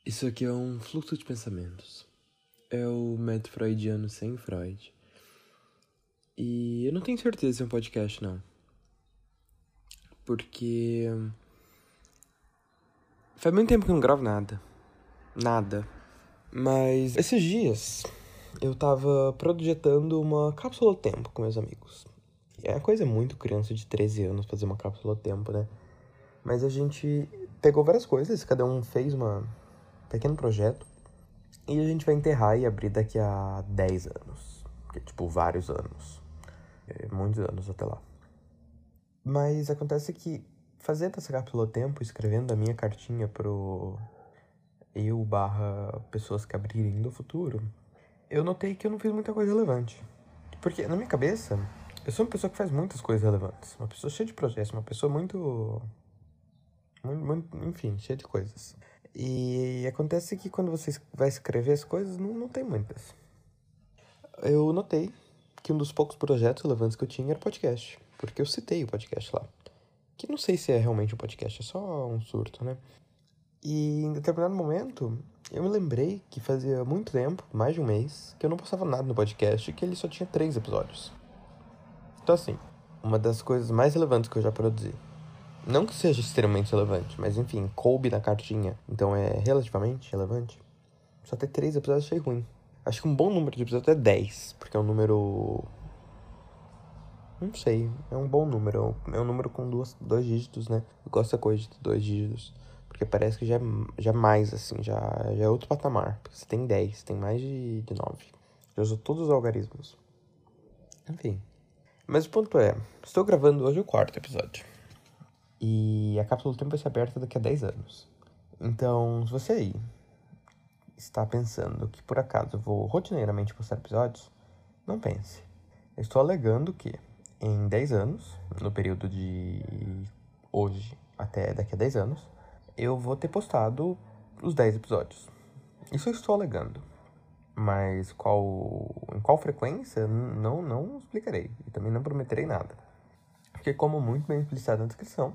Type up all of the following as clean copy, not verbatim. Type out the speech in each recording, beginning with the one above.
Isso aqui é um fluxo de pensamentos. É o método freudiano sem Freud. E eu não tenho certeza se é um podcast, não. Porque faz muito tempo que eu não gravo nada. Nada. Mas esses dias eu tava projetando uma cápsula do tempo com meus amigos. É uma coisa muito criança de 13 anos fazer uma cápsula do tempo, né? Mas a gente pegou várias coisas, cada um fez um pequeno projeto. E a gente vai enterrar e abrir daqui a 10 anos. Que é tipo vários anos. Muitos anos até lá. Mas acontece que fazendo essa cápsula do tempo, escrevendo a minha cartinha pro pessoas que abrirem do futuro, eu notei que eu não fiz muita coisa relevante. Porque na minha cabeça, eu sou uma pessoa que faz muitas coisas relevantes. Uma pessoa cheia de projetos, uma pessoa muito enfim, cheia de coisas. E acontece que quando você vai escrever as coisas, não tem muitas. Eu notei que um dos poucos projetos relevantes que eu tinha era podcast. Porque eu citei o podcast lá. Que não sei se é realmente um podcast, é só um surto, né? E em determinado momento, eu me lembrei que fazia muito tempo, mais de um mês, que eu não postava nada no podcast e que ele só tinha 3 episódios. Então assim, uma das coisas mais relevantes que eu já produzi. Não que seja extremamente relevante, mas enfim, coube na cartinha, então é relativamente relevante. Só ter 3 episódios achei ruim. Acho que um bom número de episódios é 10, porque é um número... Não sei, é um bom número. É um número com dois dígitos, né? Eu gosto da coisa de 2 dígitos. Porque parece que já é mais, assim, já é outro patamar. Porque você tem 10, tem mais de 9. Já usou todos os algarismos. Enfim. Mas o ponto é, estou gravando hoje o 4º episódio. E a cápsula do tempo vai ser aberta daqui a 10 anos. Então, se você aí está pensando que por acaso eu vou rotineiramente postar episódios, não pense. Eu estou alegando que em 10 anos, no período de hoje até daqui a 10 anos, eu vou ter postado os 10 episódios. Isso eu estou alegando. Mas em qual frequência, não explicarei. E também não prometerei nada. Porque como muito bem explicado na descrição,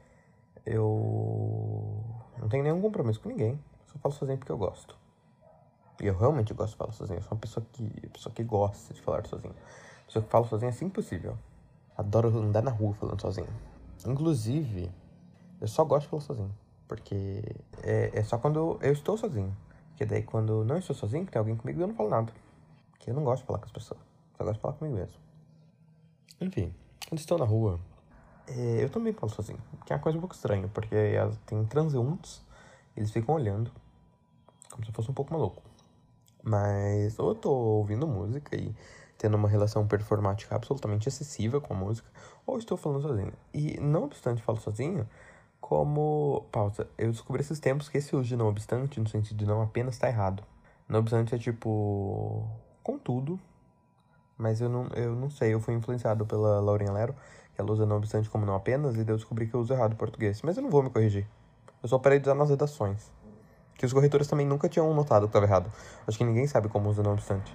eu não tenho nenhum compromisso com ninguém. Só falo sozinho porque eu gosto. E eu realmente gosto de falar sozinho. Eu sou uma pessoa que gosta de falar sozinho. Pessoa que fala sozinho assim que possível. Adoro andar na rua falando sozinho. Inclusive, eu só gosto de falar sozinho. Porque é só quando eu estou sozinho. Porque daí quando não estou sozinho, que tem alguém comigo, eu não falo nada. Porque eu não gosto de falar com as pessoas. Só gosto de falar comigo mesmo. Enfim, quando estou na rua, eu também falo sozinho. Que é uma coisa um pouco estranha. Porque tem transeuntes, eles ficam olhando. Como se eu fosse um pouco maluco. Mas ou eu tô ouvindo música e tendo uma relação performática absolutamente excessiva com a música, ou estou falando sozinho. E não obstante falo sozinho, pausa, eu descobri esses tempos que esse uso de não obstante, no sentido de não apenas, tá errado. Não obstante é tipo... contudo, mas eu não sei, eu fui influenciado pela Laurinha Lero, que ela usa não obstante como não apenas, e daí eu descobri que eu uso errado o português. Mas eu não vou me corrigir. Eu só parei de usar nas redações. Que os corretores também nunca tinham notado que estava errado. Acho que ninguém sabe como usa não obstante.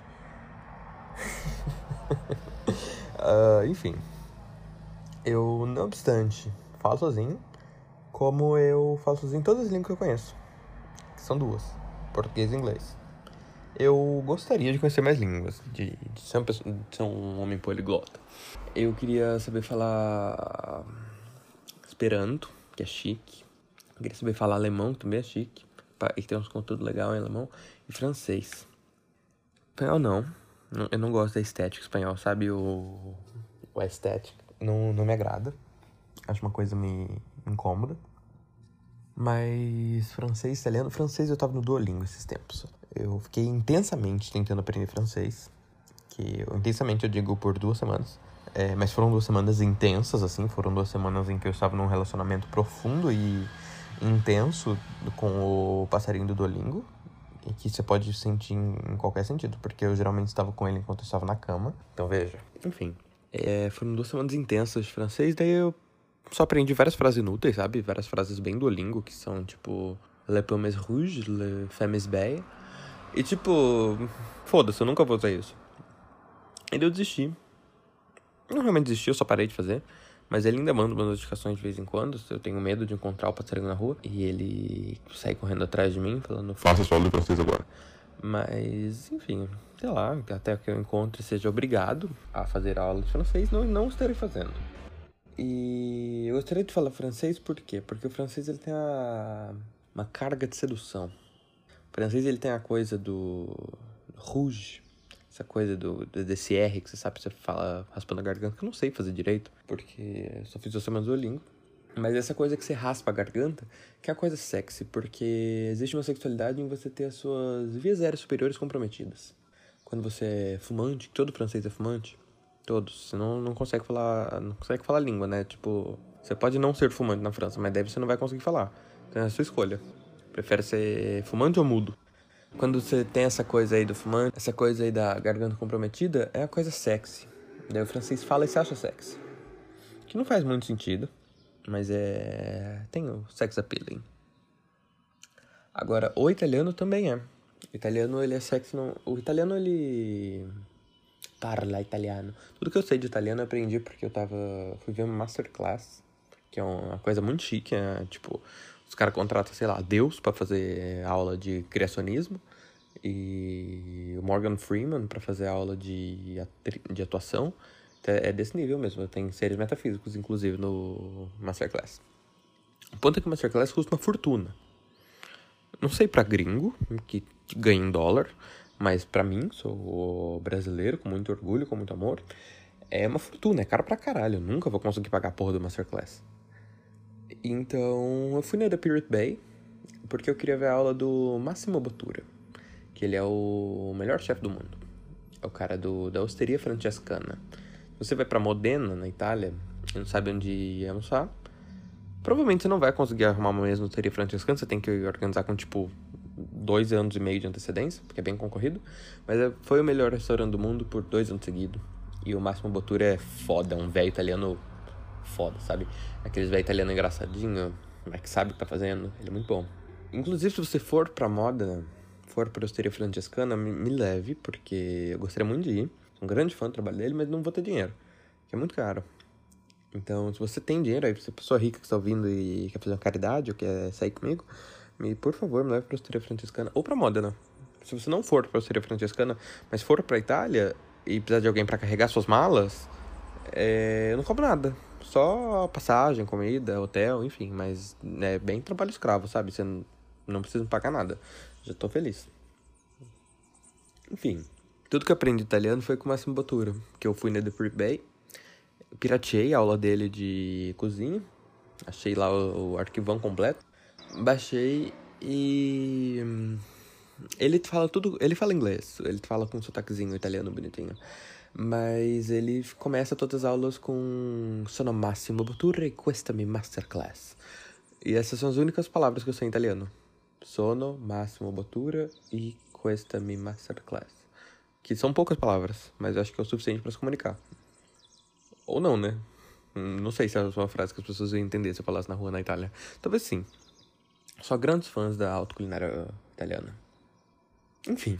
Enfim. Eu, não obstante, falo sozinho. Como eu falo sozinho em todas as línguas que eu conheço. Que são 2. Português e inglês. Eu gostaria de conhecer mais línguas. De ser um homem poliglota. Eu queria saber falar Esperanto, que é chique. Eu queria saber falar alemão, que também é chique. E tem uns conteúdos legais em alemão. E francês. Espanhol não. Eu não gosto da estética espanhol, sabe? O estética não me agrada. Acho uma coisa me incômoda. Mas francês, italiano... Francês eu tava no Duolingo esses tempos. Eu fiquei intensamente tentando aprender francês. Intensamente eu digo por 2 semanas. Mas foram 2 semanas intensas, assim. Foram 2 semanas em que eu estava num relacionamento profundo e intenso com o passarinho do Duolingo. E que você pode sentir em qualquer sentido. Porque eu geralmente estava com ele enquanto eu estava na cama. Então veja. Enfim. Foram 2 semanas intensas de francês. Daí eu só aprendi várias frases inúteis, sabe? Várias frases bem Duolingo. Que são tipo... Le pommes rouges, le femmes belles. E tipo... foda-se, eu nunca vou usar isso. E daí eu desisti. Não realmente desisti, eu só parei de fazer. Mas ele ainda manda umas notificações de vez em quando. Eu tenho medo de encontrar o passarinho na rua. E ele sai correndo atrás de mim, falando: faça sua aula de francês agora. Mas, enfim, sei lá, até que eu encontre e seja obrigado a fazer aula de francês, não estarei fazendo. E eu gostaria de falar francês por quê? Porque o francês ele tem uma carga de sedução. O francês ele tem a coisa do rouge, essa coisa desse R que você sabe que você fala raspando a garganta, que eu não sei fazer direito, porque eu só fiz o semana do Duolingo. Mas essa coisa que você raspa a garganta, que é a coisa sexy, porque existe uma sexualidade em você ter as suas vias aéreas superiores comprometidas. Quando você é fumante, todo francês é fumante, todos, você não consegue falar língua, né? Tipo, você pode não ser fumante na França, mas daí você não vai conseguir falar. Então é a sua escolha. Prefere ser fumante ou mudo? Quando você tem essa coisa aí do fumante, essa coisa aí da garganta comprometida, é a coisa sexy. Daí o francês fala e se acha sexy. Que não faz muito sentido, mas tem o sex appealing. Agora, o italiano também é. O italiano, ele é sexy. O italiano, ele parla italiano. Tudo que eu sei de italiano eu aprendi porque fui ver uma masterclass, que é uma coisa muito chique, tipo, os caras contratam, sei lá, Deus pra fazer aula de criacionismo e o Morgan Freeman pra fazer aula de atuação. Então, é desse nível mesmo, tem seres metafísicos, inclusive, no masterclass. O ponto é que o masterclass custa uma fortuna. Não sei pra gringo, que ganha em dólar, mas pra mim, sou brasileiro, com muito orgulho, com muito amor, é uma fortuna, é caro pra caralho. Eu nunca vou conseguir pagar a porra do masterclass. Então, eu fui na The Pirate Bay, porque eu queria ver a aula do Massimo Bottura, que ele é o melhor chefe do mundo. É o cara da Osteria Francescana. Se você vai pra Modena, na Itália, e não sabe onde ir almoçar, provavelmente você não vai conseguir arrumar uma mesa no Osteria Francescana, você tem que organizar com, 2 anos e meio de antecedência, porque é bem concorrido. Mas foi o melhor restaurante do mundo por 2 anos seguidos. E o Massimo Bottura é foda, um velho italiano foda, sabe? Aqueles velho italiano engraçadinho, mas que sabe o que tá fazendo. Ele é muito bom. Inclusive, se você for pra Modena, for pra Osteria Francescana, me leve, porque eu gostaria muito de ir. Sou um grande fã do trabalho dele, mas não vou ter dinheiro, que é muito caro. Então, se você tem dinheiro aí, se é pessoa rica que está ouvindo e quer fazer uma caridade ou quer sair comigo, por favor, me leve pra Osteria Francescana ou pra Modena. Se você não for pra Osteria Francescana, mas for pra Itália e precisar de alguém pra carregar suas malas, eu não cobro nada. Só passagem, comida, hotel, enfim. Mas é bem trabalho escravo, sabe? Você não precisa me pagar nada. Já tô feliz. Enfim, tudo que eu aprendi italiano foi com o Massimo Bottura, que eu fui na The Pirate Bay, pirateei a aula dele de cozinha, achei lá o arquivão completo, baixei e ele fala inglês, ele fala com um sotaquezinho italiano bonitinho, mas ele começa todas as aulas com Sono Massimo Bottura e questa mi masterclass. E essas são as únicas palavras que eu sei em italiano. Sono Massimo Bottura e questa mi masterclass. Que são poucas palavras, mas eu acho que é o suficiente para se comunicar. Ou não, né? Não sei se é uma frase que as pessoas iam entender se eu falasse na rua na Itália. Talvez sim. Só grandes fãs da alta culinária italiana. Enfim.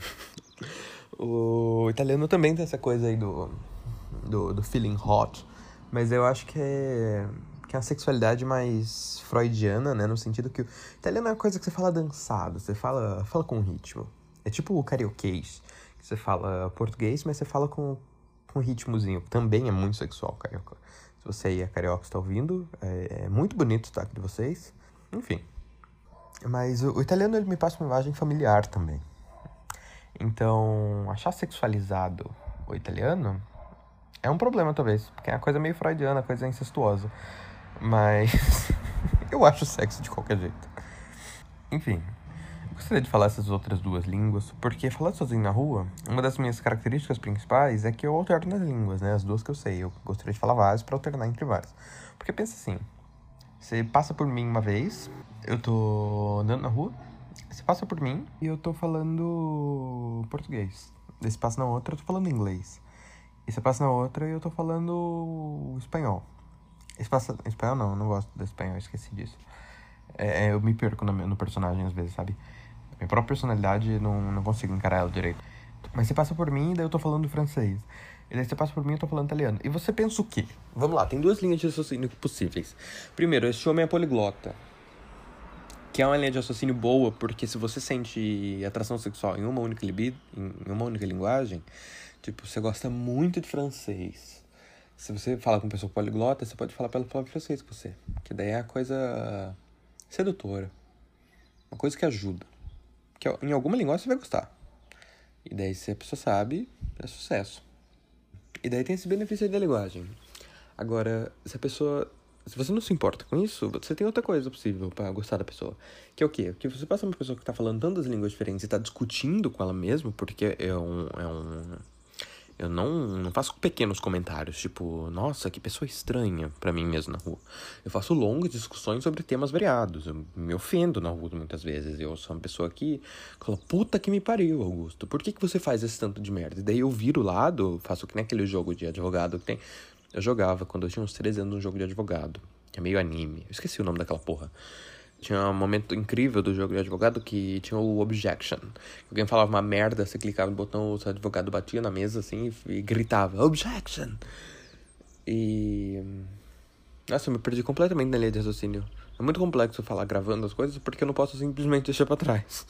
O italiano também tem essa coisa aí do feeling hot. Mas eu acho que é uma sexualidade mais freudiana, né? No sentido que o italiano é uma coisa que você fala dançado. Você fala com ritmo. É tipo o carioquês. Que você fala português, mas você fala com ritmozinho. Também é muito sexual, carioca. Se você aí é carioca, está ouvindo, é muito bonito o sotaque de vocês. Enfim. Mas o italiano, ele me passa uma imagem familiar também. Então, achar sexualizado o italiano é um problema, talvez. Porque é uma coisa meio freudiana, coisa incestuosa. Mas eu acho sexy de qualquer jeito. Enfim. Eu gostaria de falar essas outras 2 línguas, porque falando sozinho na rua, uma das minhas características principais é que eu alterno nas línguas, né? As 2 que eu sei. Eu gostaria de falar várias para alternar entre várias. Porque pensa assim, você passa por mim uma vez, eu tô andando na rua, você passa por mim e eu tô falando português. Daí você passa na outra, eu tô falando inglês. E você passa na outra e eu tô falando espanhol. Espanhol não gosto do espanhol, esqueci disso. Eu me perco no personagem às vezes, sabe? Minha própria personalidade, não consigo encarar ela direito. Mas você passa por mim e daí eu tô falando francês. E daí você passa por mim e eu tô falando italiano. E você pensa o quê? Vamos lá, tem 2 linhas de raciocínio possíveis. Primeiro, esse homem é poliglota. Que é uma linha de raciocínio boa, porque se você sente atração sexual em uma única libido, em uma única linguagem, tipo, você gosta muito de francês. Se você fala com uma pessoa poliglota, você pode falar pelo próprio francês com você. Que daí é a coisa sedutora. Uma coisa que ajuda. Que em alguma linguagem você vai gostar. E daí, se a pessoa sabe, é sucesso. E daí tem esse benefício aí da linguagem. Agora, se você não se importa com isso, você tem outra coisa possível pra gostar da pessoa. Que é o quê? Que você passa uma pessoa que tá falando tantas línguas diferentes e tá discutindo com ela mesma, porque eu não faço pequenos comentários, tipo, nossa, que pessoa estranha pra mim mesmo na rua. Eu faço longas discussões sobre temas variados. Eu me ofendo na rua muitas vezes. Eu sou uma pessoa que fala, puta que me pariu, Augusto. Por que você faz esse tanto de merda? E daí eu viro o lado, faço que nem aquele jogo de advogado que tem. Eu jogava quando eu tinha uns 13 anos um jogo de advogado. Que é meio anime. Eu esqueci o nome daquela porra. Tinha um momento incrível do jogo de advogado que tinha o objection. Alguém falava uma merda, você clicava no botão, o advogado batia na mesa assim e gritava, objection! E... Nossa, eu me perdi completamente na linha de raciocínio. É muito complexo falar gravando as coisas porque eu não posso simplesmente deixar pra trás.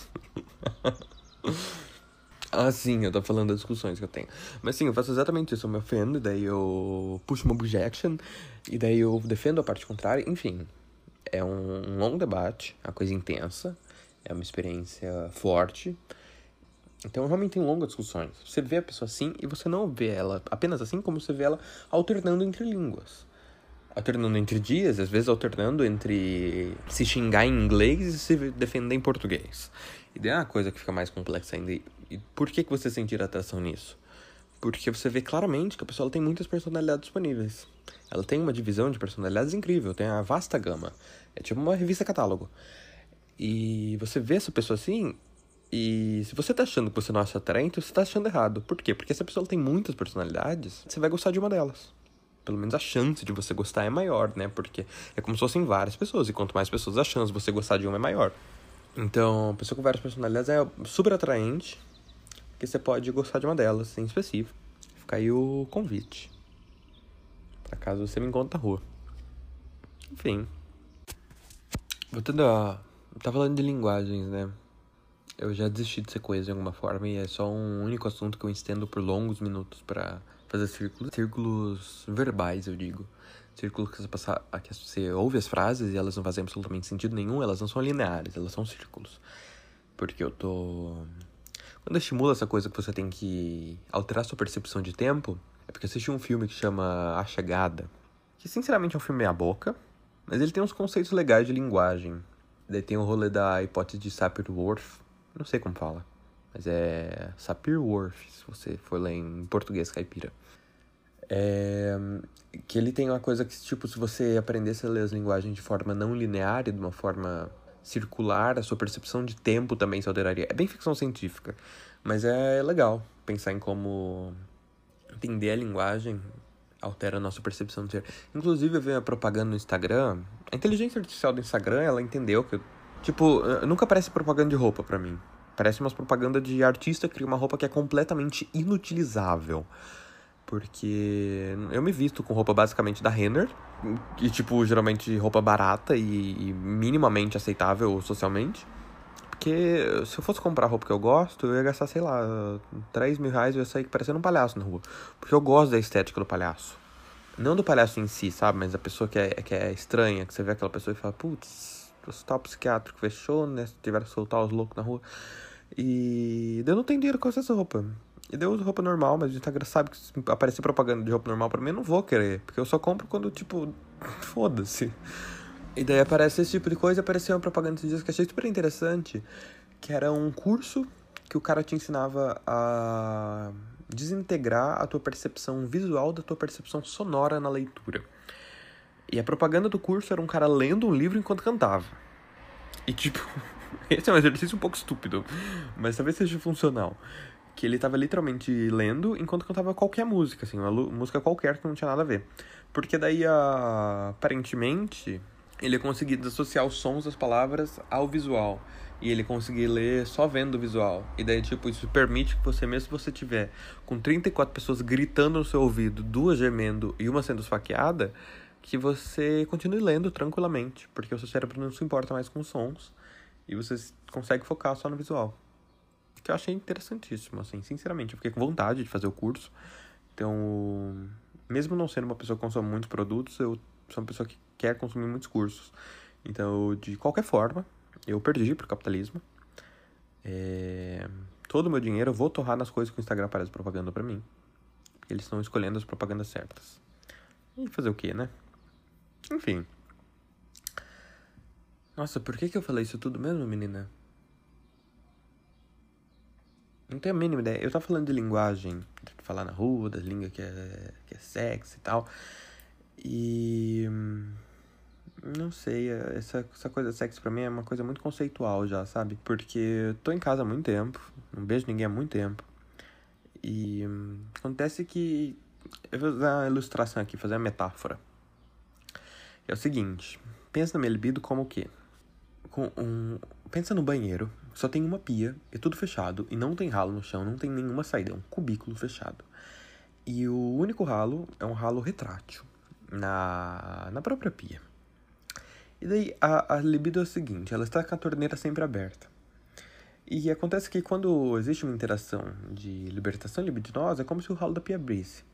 Ah, sim, eu tô falando das discussões que eu tenho. Mas sim, eu faço exatamente isso. Eu me ofendo, e daí eu puxo uma objection, e daí eu defendo a parte contrária. Enfim, é um longo debate, é uma coisa intensa, é uma experiência forte. Então, realmente tem longas discussões. Você vê a pessoa assim, e você não vê ela apenas assim, como você vê ela alternando entre línguas. Alternando entre dias, às vezes alternando entre se xingar em inglês e se defender em português. E daí é uma coisa que fica mais complexa ainda. E por que você sentir atração nisso? Porque você vê claramente que a pessoa tem muitas personalidades disponíveis. Ela tem uma divisão de personalidades incrível, tem a vasta gama. É tipo uma revista catálogo. E você vê essa pessoa assim, e se você tá achando que você não acha atraente, você tá achando errado. Por quê? Porque se a pessoa tem muitas personalidades, você vai gostar de uma delas. Pelo menos a chance de você gostar é maior, né? Porque é como se fossem várias pessoas, e quanto mais pessoas, a chance de você gostar de uma é maior. Então, a pessoa com várias personalidades é super atraente, porque você pode gostar de uma delas, em específico. Fica aí o convite, pra caso você me encontre na rua. Enfim. Voltando a... Tá falando de linguagens, né? Eu já desisti de ser coesa de alguma forma, e é só um único assunto que eu estendo por longos minutos pra fazer círculos. Círculos verbais, eu digo. Círculos que você ouve as frases e elas não fazem absolutamente sentido nenhum, elas não são lineares, elas são círculos. Porque eu tô... Quando estimula essa coisa que você tem que alterar sua percepção de tempo, é porque eu assisti um filme que chama A Chegada, que sinceramente é um filme meia boca, mas ele tem uns conceitos legais de linguagem. Daí tem o rolê da hipótese de Sapir-Whorf, não sei como fala, mas é Sapir-Whorf, se você for ler em português caipira. Que ele tem uma coisa que, tipo, se você aprendesse a ler as linguagens de forma não linear e de uma forma circular, a sua percepção de tempo também se alteraria. É bem ficção científica, mas é legal pensar em como entender a linguagem altera a nossa percepção de ser. Inclusive, eu vi uma propaganda no Instagram, a inteligência artificial do Instagram, ela entendeu que, tipo, nunca aparece propaganda de roupa pra mim. Parece umas propaganda de artista que cria uma roupa que é completamente inutilizável. Porque eu me visto com roupa basicamente da Renner, e tipo, geralmente roupa barata e minimamente aceitável socialmente. Porque se eu fosse comprar roupa que eu gosto, eu ia gastar, sei lá, 3 mil reais e eu ia sair parecendo um palhaço na rua. Porque eu gosto da estética do palhaço. Não do palhaço em si, sabe? Mas da pessoa que é estranha, que você vê aquela pessoa e fala, putz, o hospital psiquiátrico fechou, né? Se tiver que soltar os loucos na rua. E eu não tenho dinheiro com essa roupa. E eu uso roupa normal, mas o Instagram sabe que se aparecer propaganda de roupa normal pra mim, eu não vou querer. Porque eu só compro quando, tipo, foda-se. E daí aparece esse tipo de coisa, apareceu uma propaganda esses dias que eu achei super interessante, que era um curso que o cara te ensinava a desintegrar a tua percepção visual da tua percepção sonora na leitura. E a propaganda do curso era um cara lendo um livro enquanto cantava. E tipo, esse é um exercício um pouco estúpido, mas talvez seja funcional. Que ele tava literalmente lendo enquanto cantava qualquer música, assim, uma música qualquer que não tinha nada a ver. Porque daí, aparentemente, ele é conseguido associar os sons das palavras ao visual. e ele conseguir ler só vendo o visual. E daí, tipo, isso permite que você, mesmo se você tiver com 34 pessoas gritando no seu ouvido, 2 gemendo e uma sendo esfaqueada, que você continue lendo tranquilamente, porque o seu cérebro não se importa mais com os sons e você consegue focar só no visual. Que eu achei interessantíssimo, assim, sinceramente. Eu fiquei com vontade de fazer o curso. Então, mesmo não sendo uma pessoa que consome muitos produtos, eu sou uma pessoa que quer consumir muitos cursos. Então, de qualquer forma, eu perdi pro capitalismo. Todo o meu dinheiro eu vou torrar nas coisas que o Instagram aparece propaganda pra mim. Eles estão escolhendo as propagandas certas. E fazer o quê, né? Enfim. Nossa, por que eu falei isso tudo mesmo, menina? Não tenho a mínima ideia. Eu tava falando de linguagem, de falar na rua, das línguas que é sexy e tal. E... não sei, essa coisa sexy pra mim é uma coisa muito conceitual já, sabe? Porque eu tô em casa há muito tempo, não beijo ninguém há muito tempo. E acontece que... eu vou usar uma ilustração aqui, fazer uma metáfora. É o seguinte, pensa na minha libido como o quê? Pensa no banheiro, só tem uma pia, é tudo fechado, e não tem ralo no chão, não tem nenhuma saída, é um cubículo fechado. E o único ralo é um ralo retrátil, na própria pia. E daí, a libido é o seguinte, ela está com a torneira sempre aberta. E acontece que quando existe uma interação de libertação libidinosa, é como se o ralo da pia abrisse.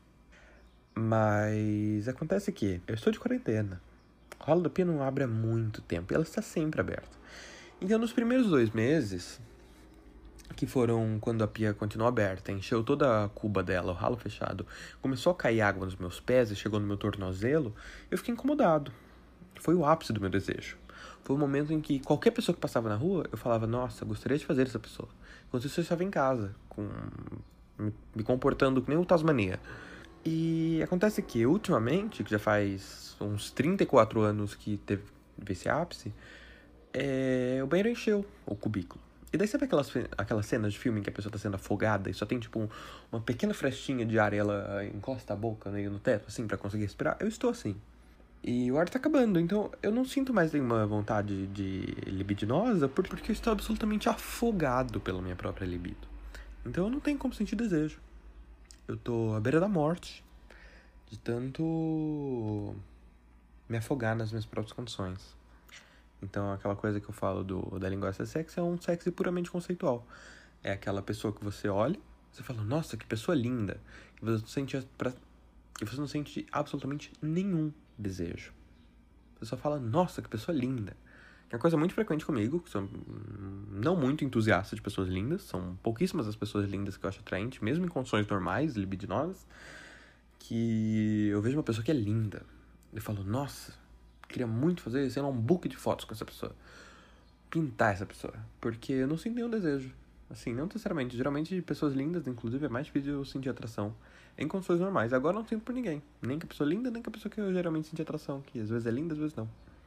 Mas acontece que eu estou de quarentena. O ralo da pia não abre há muito tempo e ela está sempre aberta. Então, nos primeiros 2 meses, que foram quando a pia continuou aberta, encheu toda a cuba dela, o ralo fechado, começou a cair água nos meus pés e chegou no meu tornozelo, eu fiquei incomodado. Foi o ápice do meu desejo. Foi o momento em que qualquer pessoa que passava na rua, eu falava, nossa, gostaria de fazer essa pessoa. Enquanto isso, eu estava em casa, me comportando que nem o Tasmania. E acontece que, ultimamente, que já faz uns 34 anos que teve esse ápice, o banheiro encheu o cubículo. E daí sabe aquelas cenas de filme em que a pessoa tá sendo afogada e só tem, tipo, uma pequena frestinha de ar e ela encosta a boca meio no teto, assim, pra conseguir respirar? Eu estou assim. E o ar tá acabando, então eu não sinto mais nenhuma vontade de libidinosa porque eu estou absolutamente afogado pela minha própria libido. Então eu não tenho como sentir desejo. Eu tô à beira da morte de tanto me afogar nas minhas próprias condições. Então aquela coisa que eu falo da linguagem sexy é um sexy puramente conceitual. É aquela pessoa que você olha, você fala, nossa, que pessoa linda. E você não sente absolutamente nenhum desejo. Você só fala, nossa, que pessoa linda. É uma coisa muito frequente comigo, que sou não muito entusiasta de pessoas lindas. São pouquíssimas as pessoas lindas que eu acho atraente, mesmo em condições normais, libidinosas, que eu vejo uma pessoa que é linda. Eu falo, nossa, queria muito fazer, sei lá, um book de fotos com essa pessoa. Pintar essa pessoa. Porque eu não sinto nenhum desejo. Assim, não necessariamente. Geralmente, pessoas lindas, inclusive, é mais difícil eu sentir atração em condições normais. Agora eu não sinto por ninguém. Nem que a pessoa linda, nem que a pessoa que eu geralmente sinto atração. Que às vezes é linda, às vezes não.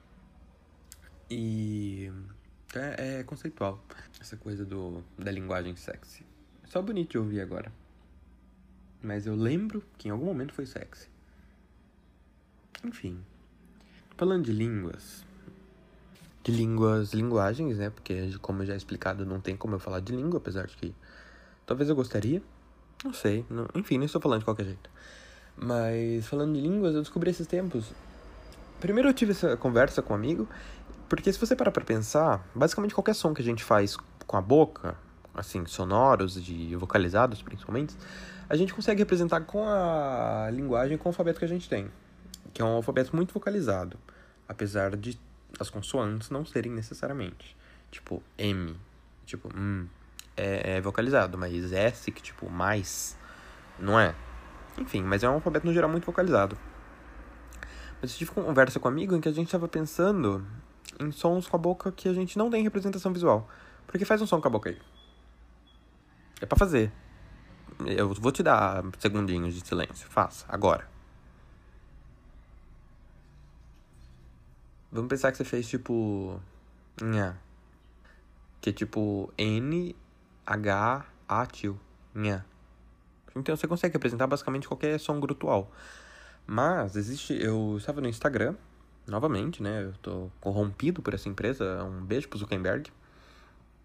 E... é conceitual. Essa coisa da linguagem sexy. É só bonito de ouvir agora. Mas eu lembro que em algum momento foi sexy. Enfim. Falando de linguagens, né? Porque, como eu já explicado, não tem como eu falar de língua, apesar de que talvez eu gostaria. Não sei. Enfim, não estou falando de qualquer jeito. Mas, falando de línguas, eu descobri esses tempos. Primeiro eu tive essa conversa com um amigo, porque se você parar pra pensar, basicamente qualquer som que a gente faz com a boca, assim, sonoros e vocalizados, principalmente, a gente consegue representar com a linguagem, com o alfabeto que a gente tem. Que é um alfabeto muito vocalizado, apesar de as consoantes não serem necessariamente. Tipo, M, tipo, é vocalizado, mas S, que tipo, mais, não é. Enfim, mas é um alfabeto no geral muito vocalizado. Mas eu tive uma conversa com um amigo em que a gente tava pensando em sons com a boca que a gente não tem representação visual. Porque faz um som com a boca aí. É pra fazer. Eu vou te dar segundinhos de silêncio. Faça, agora. Vamos pensar que você fez tipo... Nha. Que é tipo N-H-A tio. Nha. Então você consegue representar basicamente qualquer som grutual. Mas existe... Eu estava no Instagram, novamente, né? Eu tô corrompido por essa empresa. Um beijo pro Zuckerberg.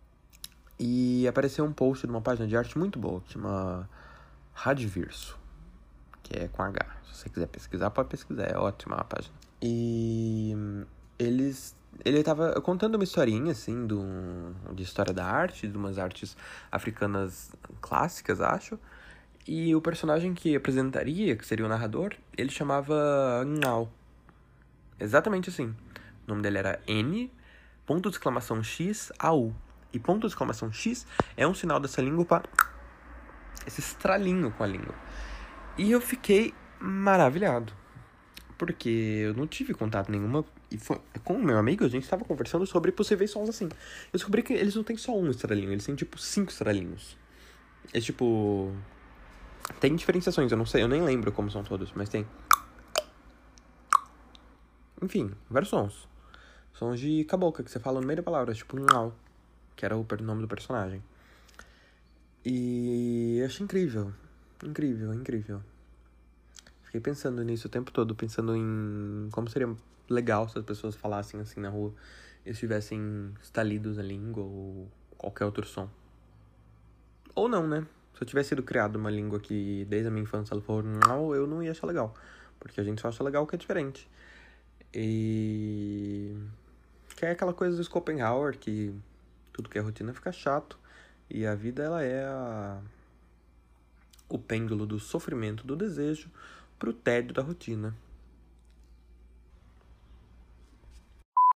E apareceu um post de uma página de arte muito boa, que chama Radverso, que é com H. Se você quiser pesquisar, pode pesquisar, é ótima a página. E ele tava contando uma historinha, assim, de história da arte, de umas artes africanas clássicas, acho. E o personagem que apresentaria, que seria o narrador, ele chamava Ngao. Exatamente assim. O nome dele era N, ponto de exclamação X, AU. E ponto de exclamação X é um sinal dessa língua para esse estralinho com a língua. E eu fiquei maravilhado. Porque eu não tive contato nenhuma. E com o meu amigo, a gente estava conversando sobre possíveis sons assim. Eu descobri que eles não têm só um estralinho, eles têm tipo 5 estralinhos. É tipo. Tem diferenciações, eu não sei, eu nem lembro como são todos, mas tem. Enfim, vários sons. Sons de cabocla que você fala no meio da palavra, tipo Ngau, que era o nome do personagem. E eu achei incrível. Incrível. Fiquei pensando nisso o tempo todo, pensando em como seria legal se as pessoas falassem assim na rua e estivessem estalidos a língua ou qualquer outro som. Ou não, né? Se eu tivesse sido criado uma língua que desde a minha infância ela for não, eu não ia achar legal. Porque a gente só acha legal o que é diferente. E que é aquela coisa do Schopenhauer, que tudo que é rotina fica chato. E a vida, ela é o pêndulo do sofrimento, do desejo, pro tédio da rotina.